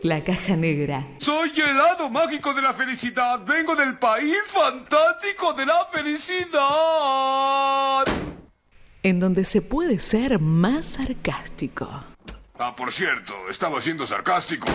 La caja negra. Soy el hado mágico de la felicidad. Vengo del país fantástico de la felicidad. En donde se puede ser más sarcástico. Ah, por cierto, estaba siendo sarcástico.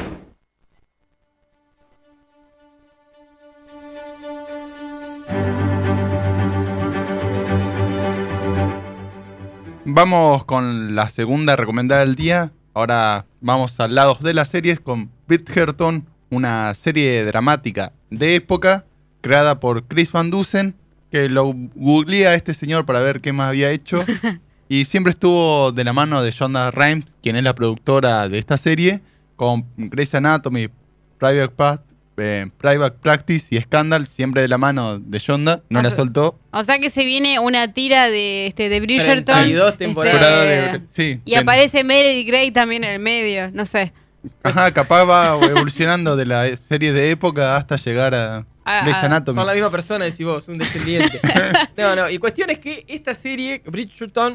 Vamos con la segunda recomendada del día. Ahora vamos al lado de las series con Bridgerton, una serie dramática de época creada por Chris Van Dusen, que lo googleé a este señor para ver qué más había hecho. Y siempre estuvo de la mano de Shonda Rhimes, quien es la productora de esta serie, con Grey's Anatomy, Private Practice y Scandal, siempre de la mano de Shonda, no la soltó. O sea que se viene una tira de Bridgerton. 32 temporadas. Sí, y aparece Meredith Grey también en el medio, no sé. Ajá, capaz va evolucionando de la serie de época hasta llegar a Grey's Anatomy. Son la misma persona, decís vos, un descendiente. No, y cuestión es que esta serie, Bridgerton,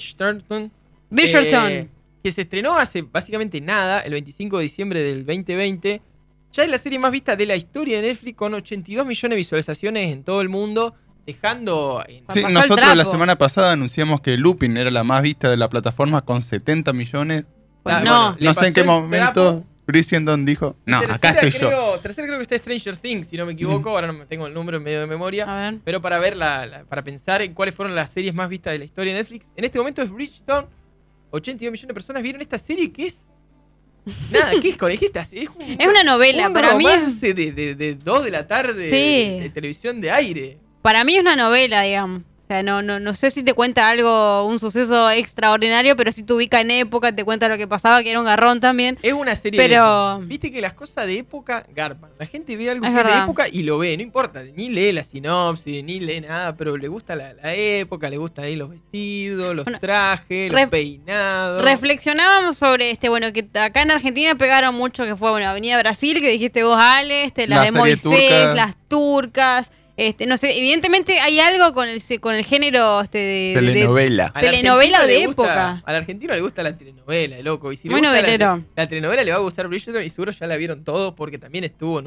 que se estrenó hace básicamente nada, el 25 de diciembre del 2020, ya es la serie más vista de la historia de Netflix, con 82 millones de visualizaciones en todo el mundo, dejando... Sí, nosotros la semana pasada anunciamos que Lupin era la más vista de la plataforma con 70 millones. Pues no sé en qué momento Bridgerton dijo, no, acá estoy yo. Tercera creo que está Stranger Things, si no me equivoco, ahora no tengo el número en medio de memoria, A ver. pero para ver, para pensar en cuáles fueron las series más vistas de la historia de Netflix, en este momento es Bridgerton. 82 millones de personas vieron esta serie que es... Nada, ¿qué es con esta serie? Es una novela, para mí es... de 2 de la tarde, Sí. de televisión de aire. Para mí es una novela, digamos. O sea, no sé si te cuenta algo, un suceso extraordinario, pero sí te ubica en época, te cuenta lo que pasaba, que era un garrón también. Es una serie Pero... Viste que las cosas de época garpan. La gente ve algo Es que es de verdad. época y lo ve, no importa. Ni lee la sinopsis, ni lee nada, pero le gusta la época, le gustan ahí los vestidos, los trajes, los peinados. Reflexionábamos sobre bueno, que acá en Argentina pegaron mucho, que fue, Avenida Brasil, que dijiste vos, Ale, las La de serie Moisés, turca. las turcas. No sé, evidentemente hay algo con el género Telenovela. Al telenovela argentino de le gusta- época. Al argentino le gusta la telenovela, loco. Y si le Muy gusta novelero. la telenovela le va a gustar Bridgerton y seguro ya la vieron todos porque también estuvo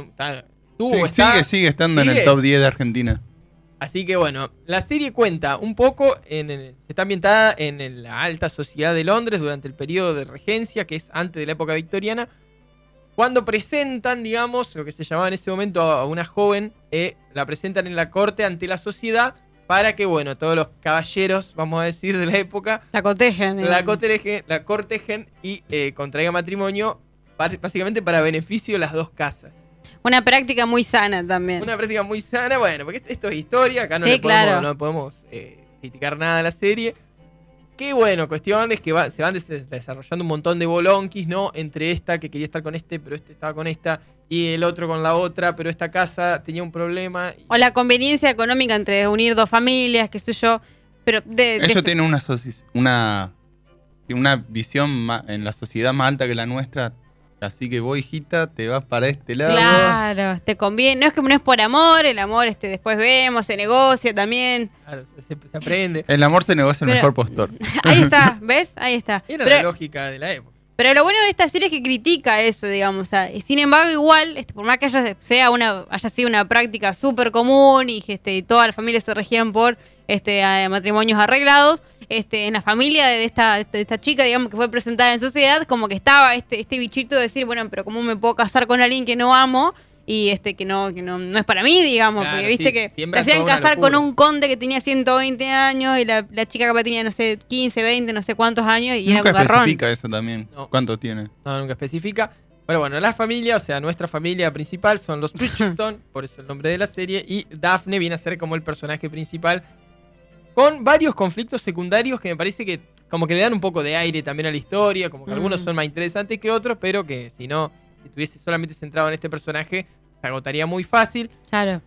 Sigue estando en el top 10 de Argentina. Así que bueno, la serie cuenta un poco, está ambientada en la alta sociedad de Londres durante el periodo de regencia, que es antes de la época victoriana, cuando presentan, digamos, lo que se llamaba en ese momento a una joven, la presentan en la corte ante la sociedad para que, bueno, todos los caballeros, vamos a decir, de la época, La cotejen. la cortejen y contraigan matrimonio, básicamente para beneficio de las dos casas. Una práctica muy sana también. Una práctica muy sana, bueno, porque esto es historia, acá no Sí, le podemos, claro. no podemos criticar nada a la serie. Qué bueno, cuestión es que se van desarrollando un montón de bolonquis, ¿no? Entre esta que quería estar con pero este estaba con esta, y el otro con la otra, pero esta casa tenía un problema. O la conveniencia económica entre unir dos familias, qué sé yo. Pero Eso tiene una visión en la sociedad más alta que la nuestra. Así que vos, hijita, te vas para este lado. Claro, te conviene. No es por amor, el amor después vemos, se negocia también. Claro, se aprende. El amor se negocia el mejor postor. Ahí está, ¿ves? Ahí está. Era la lógica de la época. Pero lo bueno de esta serie es que critica eso, digamos. O sea, sin embargo, igual, por más que haya sido una práctica súper común y y todas las familias se regían por matrimonios arreglados, en la familia de esta chica, digamos, que fue presentada en sociedad, como que estaba este bichito de decir, bueno, pero ¿cómo me puedo casar con alguien que no amo? Y que no es para mí, digamos, Claro, porque viste sí, que te siembra hacían toda una casar locura. con un conde que tenía 120 años y la chica capaz tenía, no sé, 15, 20, no sé cuántos años y Nunca era un garrón. especifica eso también. No. ¿Cuánto tiene? No, nunca especifica. Pero bueno, la familia, o sea, nuestra familia principal son los Bridgerton, por eso el nombre de la serie, y Daphne viene a ser como el personaje principal, con varios conflictos secundarios que me parece que como que le dan un poco de aire también a la historia, como que algunos son más interesantes que otros, pero que si estuviese solamente centrado en este personaje, se agotaría muy fácil. Claro.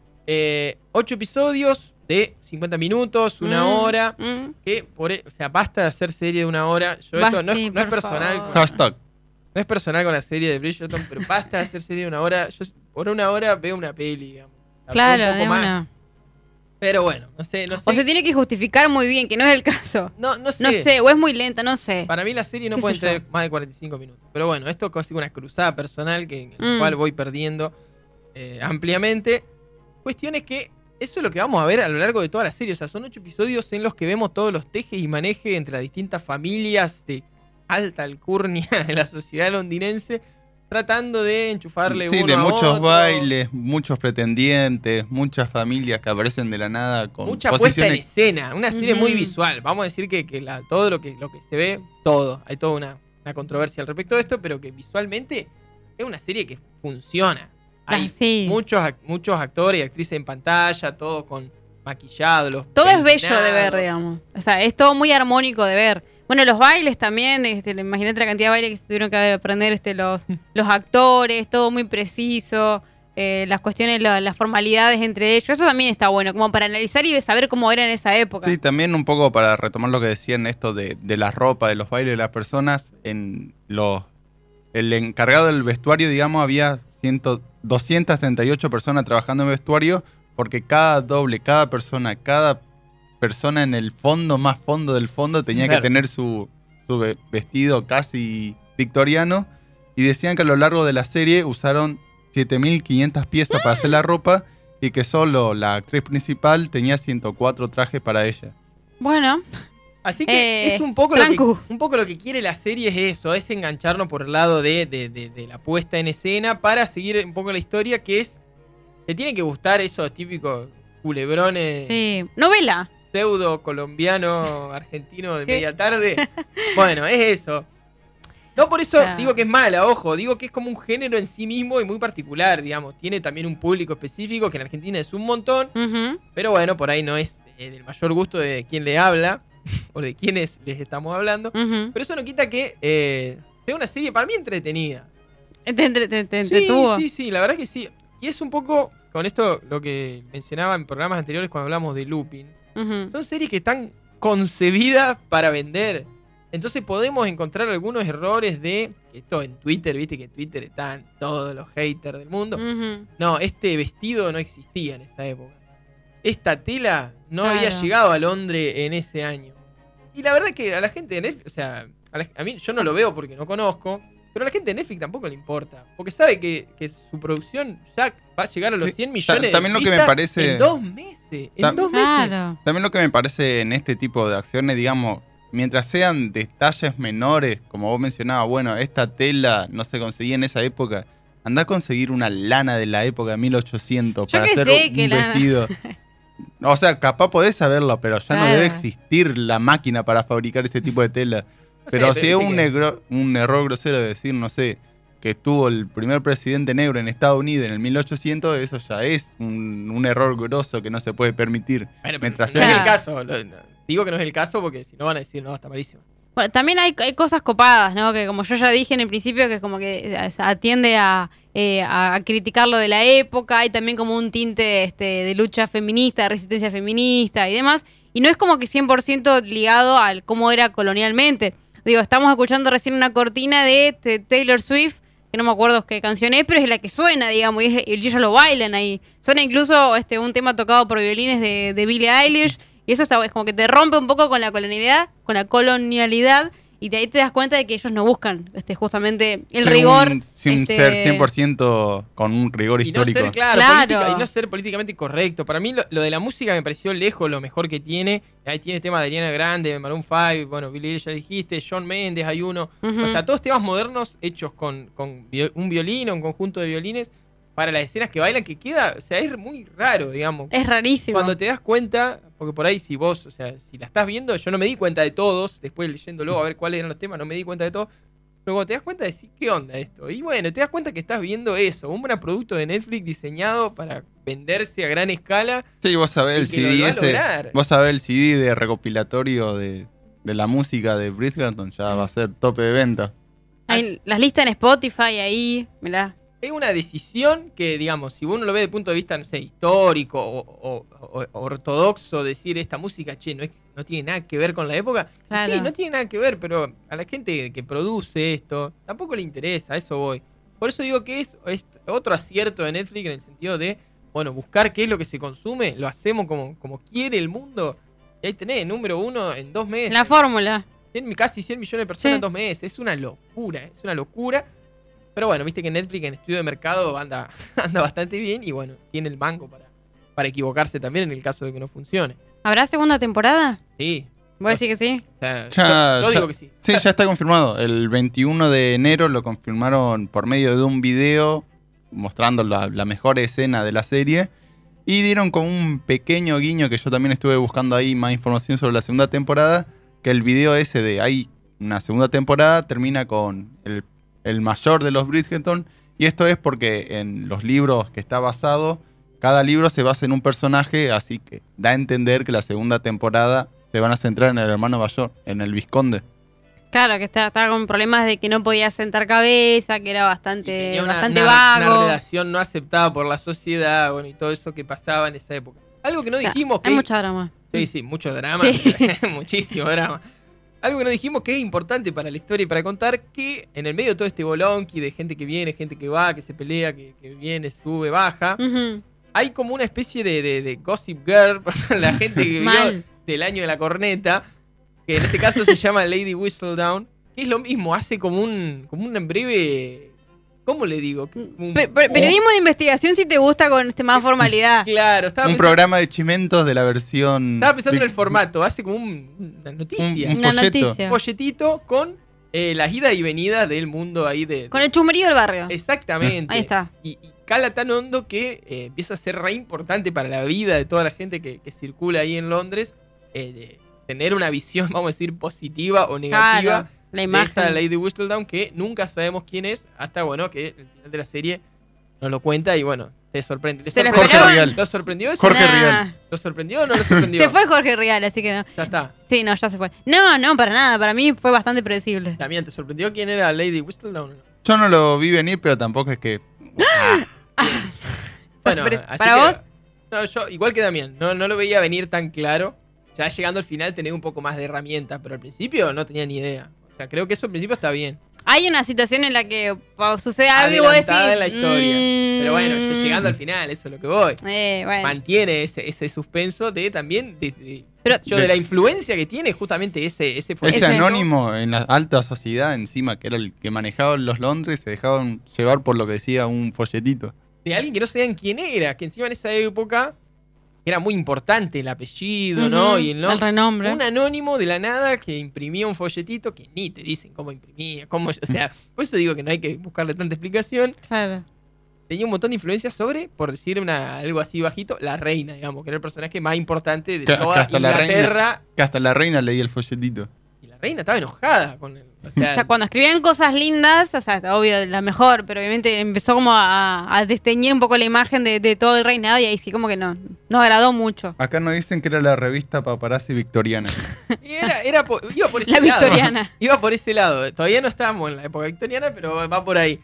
8 episodios de 50 minutos, una hora, que o sea, basta de hacer serie de una hora. Esto no es personal. Hashtag. No es personal con la serie de Bridgerton, pero basta de hacer serie de una hora. Yo por una hora veo una peli, digamos. Claro, Un poco de más. una. Pero bueno, no sé. O se tiene que justificar muy bien, que no es el caso. No sé. No sé, o es muy lenta, no sé. Para mí la serie no ¿Qué puede sé yo? tener más de 45 minutos. Pero bueno, esto es casi una cruzada personal en la Mm. cual voy perdiendo ampliamente. Cuestión es que eso es lo que vamos a ver a lo largo de toda la serie. O sea, son 8 episodios en los que vemos todos los tejes y manejes entre las distintas familias de alta alcurnia de la sociedad londinense, tratando de enchufarle Sí, uno de a muchos otro. bailes, muchos pretendientes, muchas familias que aparecen de la nada con Mucha puesta en posiciones. escena, una serie muy Ujú. visual. Vamos a decir que todo lo que se ve, todo. Hay toda una controversia al respecto de esto, pero que visualmente es una serie que funciona. Hay Sí. muchos actores y actrices en pantalla, todo con maquillado. Todo es bello de ver, digamos. O sea, es todo muy armónico de ver. Bueno, los bailes también, imagínate la cantidad de bailes que se tuvieron que aprender los actores, todo muy preciso, las cuestiones, las formalidades entre ellos, eso también está bueno, como para analizar y saber cómo era en esa época. Sí, también un poco para retomar lo que decían esto de la ropa, de los bailes de las personas, el encargado del vestuario, digamos, había 238 personas trabajando en vestuario, porque cada persona en el fondo, más fondo del fondo, tenía Claro. que tener su vestido casi victoriano, y decían que a lo largo de la serie usaron 7.500 piezas para hacer la ropa, y que solo la actriz principal tenía 104 trajes para ella. Bueno, Así que es un poco lo que quiere la serie, es eso, es engancharnos por el lado de la puesta en escena para seguir un poco la historia, que es, te tienen que gustar esos típicos culebrones sí. Novela. pseudo colombiano argentino de ¿Qué? media tarde. Bueno, es eso. No por eso Claro. digo que es mala, ojo, digo que es como un género en sí mismo y muy particular, digamos. Tiene también un público específico que en Argentina es un montón, Ujú. pero bueno, por ahí no es del mayor gusto de quien le habla o de quienes les estamos hablando. Ujú. Pero eso no quita que sea una serie para mí entretenida. Te entretuvo. Sí, la verdad que sí. Y es un poco con esto lo que mencionaba en programas anteriores cuando hablamos de Lupin. Ujú. Son series que están concebidas para vender. Entonces podemos encontrar algunos errores de esto en Twitter, viste que en Twitter están todos los haters del mundo. Ujú. No, este vestido no existía en esa época. Esta tela no Claro. había llegado a Londres en ese año. Y la verdad que a la gente de Netflix, o sea, a mí yo no lo veo porque no conozco, pero a la gente de Netflix tampoco le importa. Porque sabe que su producción ya va a llegar a los Sí, 100 millones también de lo que me vistas parece- en 2 meses. En 2 meses. Claro. También lo que me parece en este tipo de acciones, digamos, mientras sean detalles menores, como vos mencionabas, bueno, esta tela no se conseguía en esa época, anda a conseguir una lana de la época de 1800 Yo para que hacer sé un que lana. vestido. O sea, capaz podés saberlo, pero ya no Claro. debe existir la máquina para fabricar ese tipo de tela. No Pero sé, si es viste que- un error grosero de decir, no sé, que estuvo el primer presidente negro en Estados Unidos en el 1800, eso ya es un error grosso que no se puede permitir. Bueno, pero Mientras no es sea- el caso. Digo que no es el caso porque si no van a decir, no, está malísimo. Bueno, también hay cosas copadas, ¿no? Que como yo ya dije en el principio, que es como que atiende a criticar lo de la época, hay también como un tinte de lucha feminista, de resistencia feminista y demás, y no es como que 100% ligado al cómo era colonialmente. Digo, estamos escuchando recién una cortina de Taylor Swift, que no me acuerdo qué canción es, pero es la que suena, digamos, y ellos lo bailan ahí. Suena incluso un tema tocado por violines de Billie Eilish, y eso es como que te rompe un poco con la colonialidad, y de ahí te das cuenta de que ellos no buscan justamente el Sí, rigor. sin ser 100% con un rigor Y no histórico. ser, claro, Claro. y no ser políticamente correcto. Para mí lo de la música me pareció lejos lo mejor que tiene. Ahí tiene temas de Ariana Grande, Maroon 5, bueno, Billie Eilish ya dijiste, Shawn Mendes hay uno. Ujú. O sea, todos temas modernos hechos con un violín o un conjunto de violines para las escenas que bailan, que queda, o sea, es muy raro, digamos. Es rarísimo. Cuando te das cuenta, porque por ahí si vos, o sea, si la estás viendo, yo no me di cuenta de todos, después leyéndolo a ver cuáles eran los temas, no me di cuenta de todos, pero cuando te das cuenta decís, ¿qué onda esto? Y bueno, te das cuenta que estás viendo eso, un buen producto de Netflix diseñado para venderse a gran escala. Sí, vos sabés el Y que lo CD va a ese, lograr. vos sabés el CD de recopilatorio de la música de Bridgerton, ya va a ser tope de venta. Hay las listas en Spotify ahí, mirá. Es una decisión que, digamos, si uno lo ve desde el punto de vista, no sé, histórico o ortodoxo, decir esta música, che, no tiene nada que ver con la época. Y Claro. sí, no tiene nada que ver, pero a la gente que produce esto tampoco le interesa, a eso voy. Por eso digo que es otro acierto de Netflix en el sentido de bueno, buscar qué es lo que se consume, lo hacemos como quiere el mundo. Y ahí tenés, número 1 en 2 meses. La fórmula. Casi 100 millones de personas Sí. en 2 meses. Es una locura. Pero bueno, viste que Netflix en estudio de mercado anda bastante bien y bueno, tiene el mango para equivocarse también en el caso de que no funcione. ¿Habrá segunda temporada? Sí. ¿Vos decís que sí? O sea, Ya- yo ya- digo que sí. Sí, ya está confirmado. El 21 de enero lo confirmaron por medio de un video mostrando la mejor escena de la serie. Y dieron como un pequeño guiño que yo también estuve buscando ahí más información sobre la segunda temporada. Que el video ese de hay una segunda temporada termina con el mayor de los Bridgerton. Y esto es porque en los libros que está basado, cada libro se basa en un personaje. Así que da a entender que la segunda temporada se van a centrar en el hermano mayor, en el vizconde. Claro, que estaba con problemas de que no podía sentar cabeza, que era Y bastante, tenía bastante una vago. relación no aceptada por la sociedad, bueno, y todo eso que pasaba en esa época. Algo que no O sea, dijimos que... hay mucho drama. Sí, mucho drama, Sí. muchísimo drama. Algo que no dijimos que es importante para la historia y para contar, que en el medio de todo este bolonqui de gente que viene, gente que va, que se pelea, que viene, sube, baja, Ujú. hay como una especie de gossip girl para la gente que vivió Mal. del año de la corneta, que en este caso se llama Lady Whistledown, que es lo mismo, hace como un breve... ¿Cómo le digo? Periodismo de investigación si te gusta con más formalidad. Claro, Un programa de chimentos de la versión... Estaba pensando en el formato, hace como una noticia. Un Una folleto. noticia. Un folletito con las idas y venidas del mundo ahí de... Con el chusmerío del barrio. Exactamente. Ahí está. Y cala tan hondo que empieza a ser re importante para la vida de toda la gente que circula ahí en Londres, de tener una visión, vamos a decir, positiva o negativa Claro, la de esta imagen. Lady Whistledown, que nunca sabemos quién es, hasta bueno, que el final de la serie nos lo cuenta y bueno, te sorprende. ¿Se lo Jorge esperaban? Rial. ¿Lo sorprendió eso? Jorge Nah. Rial. ¿Lo sorprendió o no lo sorprendió? Se fue Jorge Rial, así que no. Ya está. Sí, no, ya se fue. No, para nada. Para mí fue bastante predecible. También, ¿te sorprendió quién era Lady Whistledown? Yo no lo vi venir, pero tampoco es que... Bueno, Sorpresa. así ¿Para que- vos? No, yo igual que Damián, no lo veía venir tan claro. Ya llegando al final tenía un poco más de herramientas, pero al principio no tenía ni idea. O sea, creo que eso al principio está bien. Hay una situación en la que sucede algo y vos decís... Adelantada en la historia. Pero bueno, ya "Mm". llegando al final, eso es lo que voy. Bueno. Mantiene ese suspenso de también Pero- de la influencia que tiene justamente ese Ese folleto. anónimo en la alta sociedad encima, que era el que manejaba los Londres, se dejaban llevar por lo que decía un folletito. De alguien que no sabían quién era, que encima en esa época era muy importante el apellido, ¿no? Ujú, Y el nombre. el renombre. Un anónimo de la nada que imprimía un folletito que ni te dicen cómo imprimía, cómo, o sea, por eso digo que no hay que buscarle tanta explicación. Claro. Tenía un montón de influencia sobre, por decir algo así bajito, la reina, digamos, que era el personaje más importante de Que toda hasta la Inglaterra. Que hasta la reina leía el folletito. Y la reina estaba enojada con él. O O sea, sea, cuando escribían cosas lindas, o sea, obvio, la mejor, pero obviamente empezó como a desteñir un poco la imagen de todo el reinado y ahí sí como que no agradó mucho. Acá nos dicen que era la revista Paparazzi Victoriana. y iba por ese La lado. victoriana. Iba por ese lado. Todavía no estábamos en la época victoriana, pero va por ahí.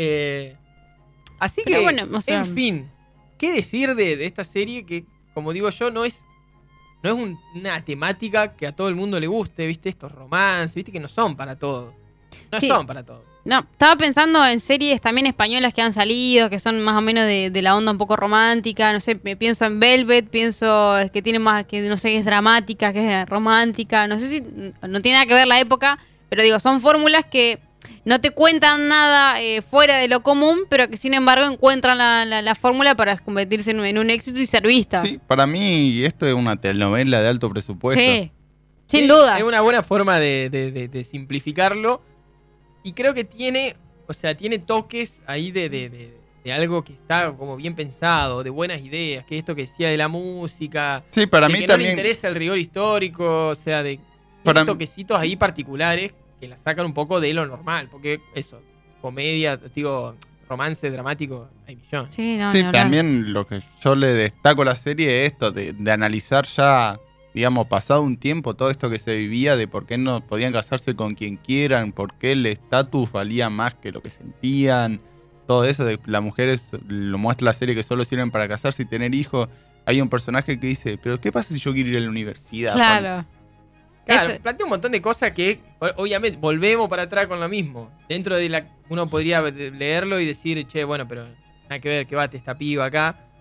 Así Pero que, bueno, o sea- en fin, ¿qué decir de esta serie que, como digo yo, no es una temática que a todo el mundo le guste, ¿viste? Estos romances, ¿viste? Que no son para todo. No Sí. son para todo. No, estaba pensando en series también españolas que han salido, que son más o menos de la onda un poco romántica, no sé, me pienso en Velvet, pienso que tiene más, que no sé, que es dramática, que es romántica, no sé si, no tiene nada que ver la época, pero digo, son fórmulas que no te cuentan nada fuera de lo común, pero que sin embargo encuentran la fórmula para convertirse en un éxito y ser vista. Sí, para mí esto es una telenovela de alto presupuesto. Sí, sin Sí, duda. Es una buena forma de simplificarlo. Y creo que tiene toques ahí de algo que está como bien pensado, de buenas ideas, que esto que decía de la música. Sí, para de mí que no le también. interesa el rigor histórico, o sea, de Para- toquecitos ahí particulares que la sacan un poco de lo normal, porque eso, comedia, digo, romance dramático, hay millones. Sí, no, Sí, ni hablar. también lo que yo le destaco a la serie es esto, de analizar ya, digamos, pasado un tiempo, todo esto que se vivía, de por qué no podían casarse con quien quieran, por qué el estatus valía más que lo que sentían, todo eso, de las mujeres, lo muestra la serie que solo sirven para casarse y tener hijos. Hay un personaje que dice, pero ¿qué pasa si yo quiero ir a la universidad? Claro. Claro, Ese- plantea un montón de cosas que, obviamente, volvemos para atrás con lo mismo. Dentro de uno podría leerlo y decir, che, bueno, pero nada que ver, que bate esta piba acá.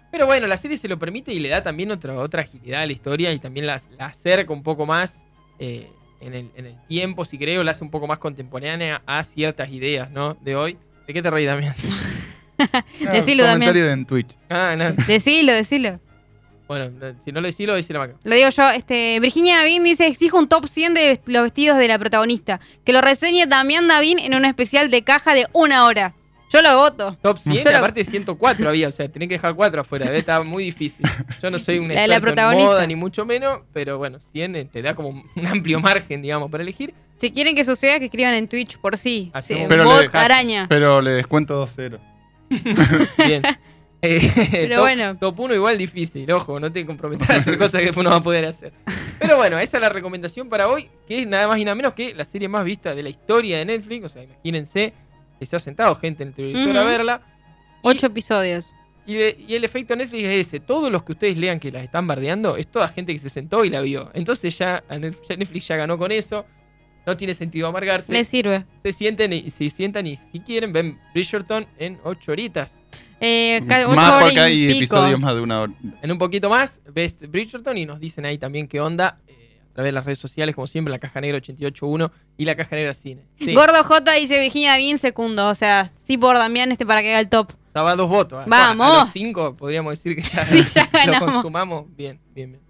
Pero bueno, la serie se lo permite y le da también otra agilidad a la historia y también la acerca un poco más en el tiempo, si creo, la hace un poco más contemporánea a ciertas ideas, ¿no? De hoy. ¿De qué te reí, Damián? Decilo, comentario Damián. en Twitch. No. Decilo. Bueno, si no lo decís, lo decís la Maca. Lo digo yo. Virginia Davín dice, exijo un top 100 de los vestidos de la protagonista. Que lo reseñe Damián Davín en un especial de caja de 1 hora. Yo lo voto. Top 100, Yo lo- aparte 104 había, o sea, tenés que dejar 4 afuera, estaba muy difícil. Yo no soy un La de experto la en protagonista. moda, ni mucho menos, pero bueno, 100 te da como un amplio margen, digamos, para elegir. Si quieren que suceda, que escriban en Twitch por sí. Hacemos Pero Bot le- araña. Pero le descuento 2-0. Bien. Pero bueno. Top 1 igual difícil, ojo, no te comprometas a hacer cosas que después no vas a poder hacer. Pero bueno, esa es la recomendación para hoy, que es nada más y nada menos que la serie más vista de la historia de Netflix. O sea, imagínense que se ha sentado gente en el televisor a Ujú. verla. 8 episodios. Y el efecto Netflix es ese. Todos los que ustedes lean que las están bardeando, es toda gente que se sentó y la vio. Entonces ya Netflix ya ganó con eso. No tiene sentido amargarse. Les sirve. Se sientan y si quieren ven Bridgerton en 8 horitas. 8 Más horas porque y hay pico. episodios más de 1 hora. En un poquito más, ves Bridgerton y nos dicen ahí también qué onda. A través de las redes sociales, como siempre, la Caja Negra 881 y la Caja Negra Cine. Sí, Gordo J dice Virginia Davín segundo. O sea, sí por Damián para que haga el top. estaba a 2 votos. Vamos. A los 5 podríamos decir que ya, Sí, ya lo ganamos. consumamos. Bien.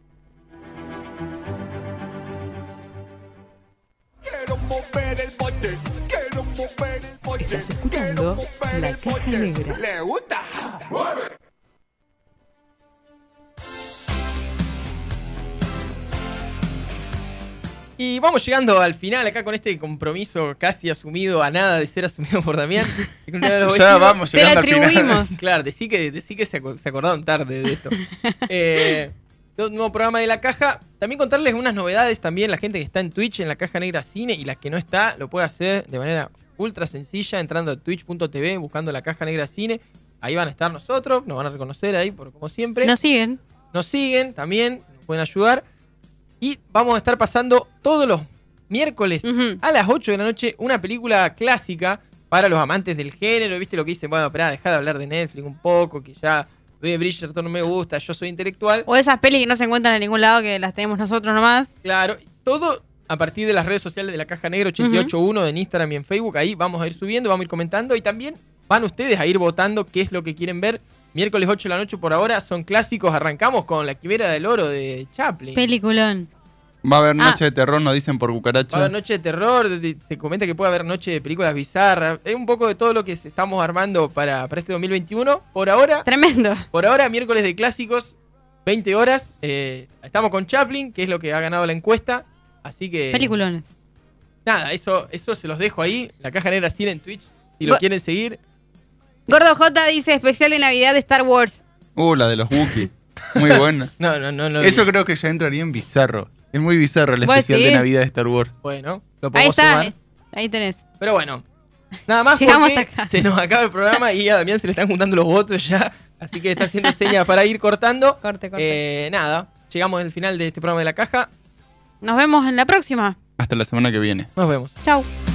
Quiero mover el bote, quiero mover el bote. Estás escuchando quiero mover La el Caja bote. Negra. ¿Le gusta? Y vamos llegando al final acá con este compromiso casi asumido a nada de ser asumido por Damián. Ya vamos Se lo llegando al final. atribuimos. Claro, decí que se acordaron tarde de esto. Un nuevo programa de La Caja. También contarles unas novedades también. La gente que está en Twitch, en La Caja Negra Cine, y la que no está, lo puede hacer de manera ultra sencilla entrando a twitch.tv, buscando La Caja Negra Cine. Ahí van a estar nosotros, nos van a reconocer ahí, como siempre. Nos siguen. Nos siguen también, nos pueden ayudar. Y vamos a estar pasando todos los miércoles Ujú. a las 8 de la noche una película clásica para los amantes del género. ¿Viste lo que dicen? Bueno, esperá, dejá de hablar de Netflix un poco, que ya Bridgerton no me gusta, yo soy intelectual. O esas pelis que no se encuentran en ningún lado, que las tenemos nosotros nomás. Claro, todo a partir de las redes sociales de la Caja Negra 881 en Instagram y en Facebook. Ahí vamos a ir subiendo, vamos a ir comentando y también van ustedes a ir votando qué es lo que quieren ver. Miércoles 8 de la noche por ahora son clásicos. Arrancamos con La Quimera del Oro de Chaplin. Peliculón. Va a haber noche de terror, nos dicen por cucaracha. Va a haber noche de terror, se comenta que puede haber noche de películas bizarras. Es un poco de todo lo que estamos armando para este 2021. Por ahora, Tremendo. miércoles de clásicos, 20 horas. Estamos con Chaplin, que es lo que ha ganado la encuesta. Así que... Peliculones. Nada, eso se los dejo ahí. La Caja Negra Cine en Twitch. Si lo quieren seguir. Gordo J dice especial de Navidad de Star Wars. La de los Wookiee. Muy buena. No. Eso creo que ya entraría en bizarro. Es muy bizarro el ¿Vos especial de decís? Navidad de Star Wars. Bueno, lo Ahí podemos está. sumar. Ahí tenés. Pero bueno, nada más Llegamos porque hasta acá. se nos acaba el programa y a Damián se le están juntando los votos ya. Así que está haciendo señas para ir cortando. Corte. Nada, llegamos al final de este programa de La Caja. Nos vemos en la próxima. Hasta la semana que viene. Nos vemos. Chau.